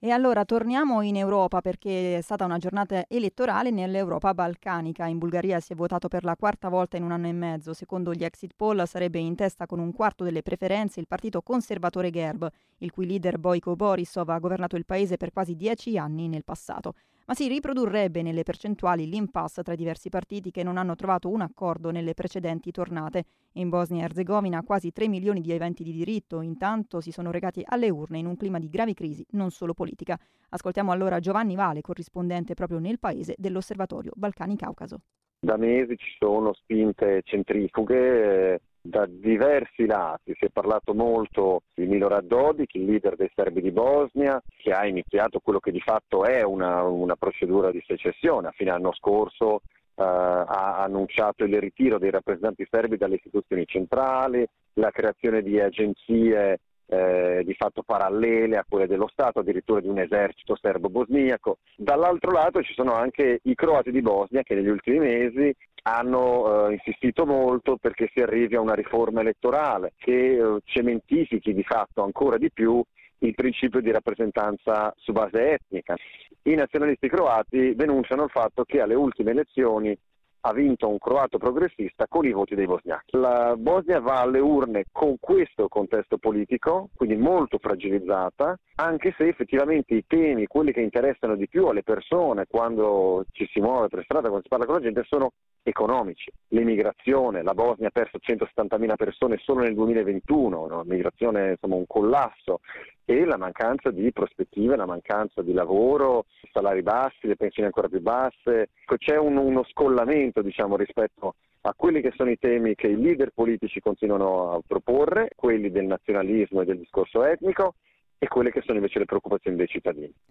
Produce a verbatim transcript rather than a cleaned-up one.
E allora torniamo in Europa perché è stata una giornata elettorale nell'Europa balcanica. In Bulgaria si è votato per la quarta volta in un anno e mezzo. Secondo gli exit poll sarebbe in testa con un quarto delle preferenze il partito conservatore Gerb, il cui leader Boyko Borisov ha governato il paese per quasi dieci anni nel passato. Ma si riprodurrebbe nelle percentuali l'impasse tra i diversi partiti che non hanno trovato un accordo nelle precedenti tornate. In Bosnia e Erzegovina quasi tre milioni di aventi di diritto intanto si sono recati alle urne in un clima di gravi crisi, non solo politica. Ascoltiamo allora Giovanni Vale, corrispondente proprio nel paese dell'Osservatorio Balcani-Caucaso. Da mesi ci sono spinte centrifughe eh, da diversi lati. Si è parlato molto di Milorad Dodik, il leader dei serbi di Bosnia, che ha iniziato quello che di fatto è una, una procedura di secessione. A fine anno scorso eh, ha annunciato il ritiro dei rappresentanti serbi dalle istituzioni centrali, la creazione di agenzie Eh, di fatto parallele a quelle dello Stato, addirittura di un esercito serbo-bosniaco. Dall'altro lato ci sono anche i croati di Bosnia che negli ultimi mesi hanno eh, insistito molto perché si arrivi a una riforma elettorale che eh, cementifichi di fatto ancora di più il principio di rappresentanza su base etnica. I nazionalisti croati denunciano il fatto che alle ultime elezioni ha vinto un croato progressista con i voti dei bosniachi. La Bosnia va alle urne con questo contesto politico, quindi molto fragilizzata, anche se effettivamente i temi, quelli che interessano di più alle persone quando ci si muove per strada, quando si parla con la gente, sono economici. L'immigrazione, la Bosnia ha perso centosettantamila persone solo nel duemilaventuno, una migrazione, insomma, un collasso, e la mancanza di prospettive, la mancanza di lavoro, salari bassi, le pensioni ancora più basse. C'è un, uno scollamento, diciamo, rispetto a quelli che sono i temi che i leader politici continuano a proporre, quelli del nazionalismo e del discorso etnico, e quelle che sono invece le preoccupazioni dei cittadini.